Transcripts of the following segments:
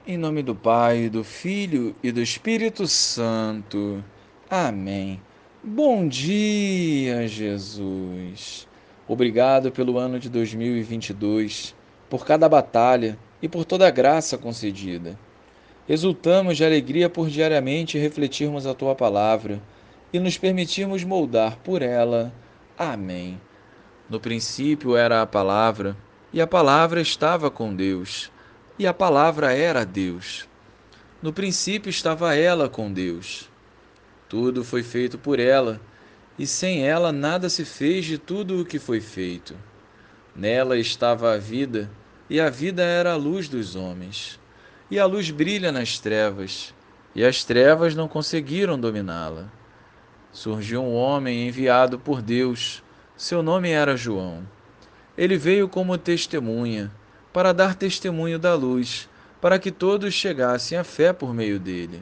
Em nome do Pai, do Filho e do Espírito Santo. Amém. Bom dia, Jesus. Obrigado pelo ano de 2022, por cada batalha e por toda a graça concedida. Exultamos de alegria por diariamente refletirmos a Tua palavra e nos permitirmos moldar por ela. Amém. No princípio era a palavra, e a palavra estava com Deus, e a palavra era Deus. No princípio estava ela com Deus. Tudo foi feito por ela, e sem ela nada se fez de tudo o que foi feito. Nela estava a vida, e a vida era a luz dos homens. E a luz brilha nas trevas, e as trevas não conseguiram dominá-la. Surgiu um homem enviado por Deus. Seu nome era João. Ele veio como testemunha, para dar testemunho da luz, para que todos chegassem à fé por meio dele.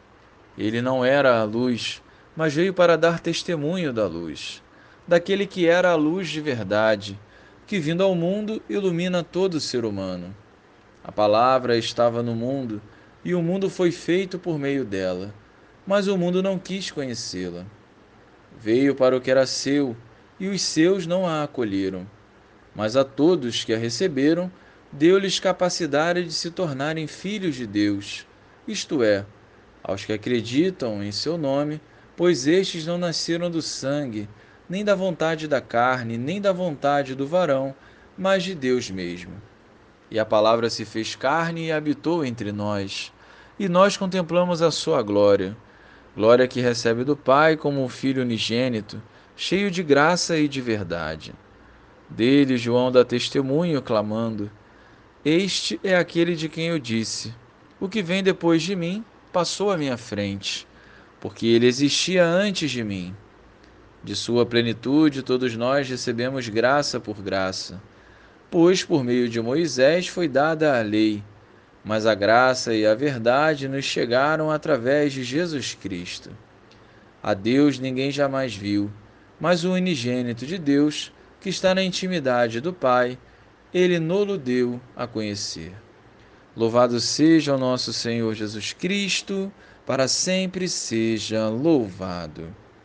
Ele não era a luz, mas veio para dar testemunho da luz, daquele que era a luz de verdade, que vindo ao mundo ilumina todo ser humano. A palavra estava no mundo, e o mundo foi feito por meio dela, mas o mundo não quis conhecê-la. Veio para o que era seu, e os seus não a acolheram. Mas a todos que a receberam, deu-lhes capacidade de se tornarem filhos de Deus, isto é, aos que acreditam em seu nome, pois estes não nasceram do sangue, nem da vontade da carne, nem da vontade do varão, mas de Deus mesmo. E a palavra se fez carne e habitou entre nós, e nós contemplamos a sua glória, glória que recebe do Pai como um filho unigênito, cheio de graça e de verdade. Dele João dá testemunho, clamando: Este é aquele de quem eu disse: O que vem depois de mim passou à minha frente, porque ele existia antes de mim. De sua plenitude todos nós recebemos graça por graça, pois por meio de Moisés foi dada a lei, mas a graça e a verdade nos chegaram através de Jesus Cristo. A Deus ninguém jamais viu, mas o unigênito de Deus, que está na intimidade do Pai, ele nolo deu a conhecer. Louvado seja o nosso Senhor Jesus Cristo, para sempre seja louvado.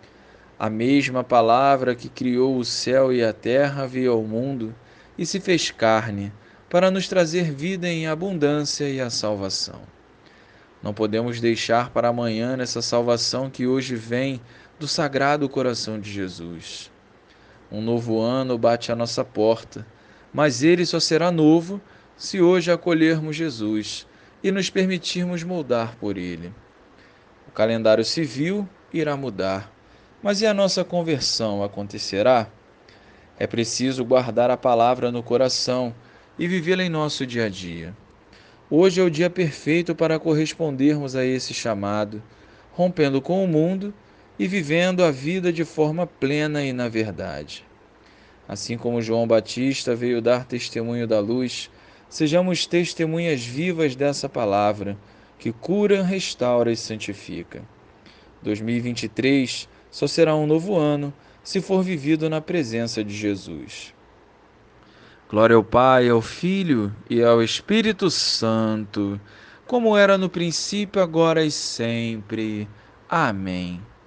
A mesma palavra que criou o céu e a terra veio ao mundo e se fez carne, para nos trazer vida em abundância e a salvação. Não podemos deixar para amanhã essa salvação que hoje vem do Sagrado Coração de Jesus. Um novo ano bate à nossa porta, mas ele só será novo se hoje acolhermos Jesus e nos permitirmos moldar por ele. O calendário civil irá mudar, mas e a nossa conversão acontecerá? É preciso guardar a palavra no coração e vivê-la em nosso dia a dia. Hoje é o dia perfeito para correspondermos a esse chamado, rompendo com o mundo e vivendo a vida de forma plena e na verdade. Assim como João Batista veio dar testemunho da luz, sejamos testemunhas vivas dessa palavra, que cura, restaura e santifica. 2023 só será um novo ano se for vivido na presença de Jesus. Glória ao Pai, ao Filho e ao Espírito Santo, como era no princípio, agora e sempre. Amém.